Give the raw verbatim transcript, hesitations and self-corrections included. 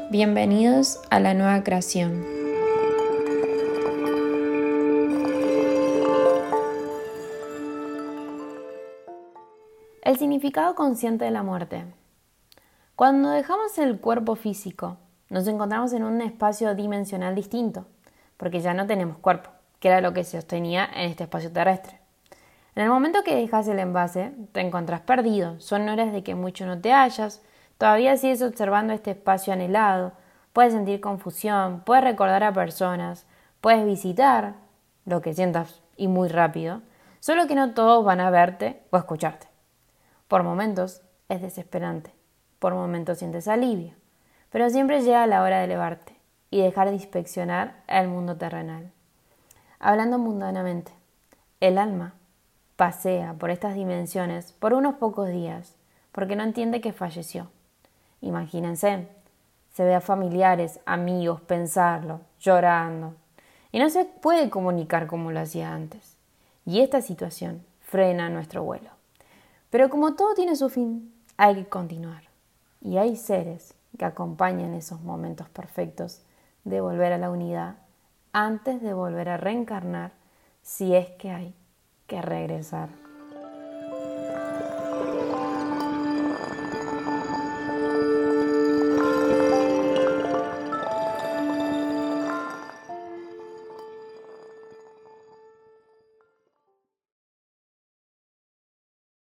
Bienvenidos a la nueva creación. El significado consciente de la muerte. Cuando dejamos el cuerpo físico, nos encontramos en un espacio dimensional distinto, porque ya no tenemos cuerpo, que era lo que se sostenía en este espacio terrestre. En el momento que dejas el envase, te encontrás perdido, son horas de que mucho no te hallas, todavía sigues observando este espacio anhelado, puedes sentir confusión, puedes recordar a personas, puedes visitar lo que sientas y muy rápido, solo que no todos van a verte o escucharte. Por momentos es desesperante, por momentos sientes alivio, pero siempre llega la hora de elevarte y dejar de inspeccionar el mundo terrenal. Hablando mundanamente, el alma pasea por estas dimensiones por unos pocos días, porque no entiende que falleció. Imagínense, se ve a familiares, amigos, pensarlo, llorando, y no se puede comunicar como lo hacía antes. Y esta situación frena nuestro vuelo. Pero como todo tiene su fin, hay que continuar. Y hay seres que acompañan esos momentos perfectos de volver a la unidad antes de volver a reencarnar, si es que hay que regresar.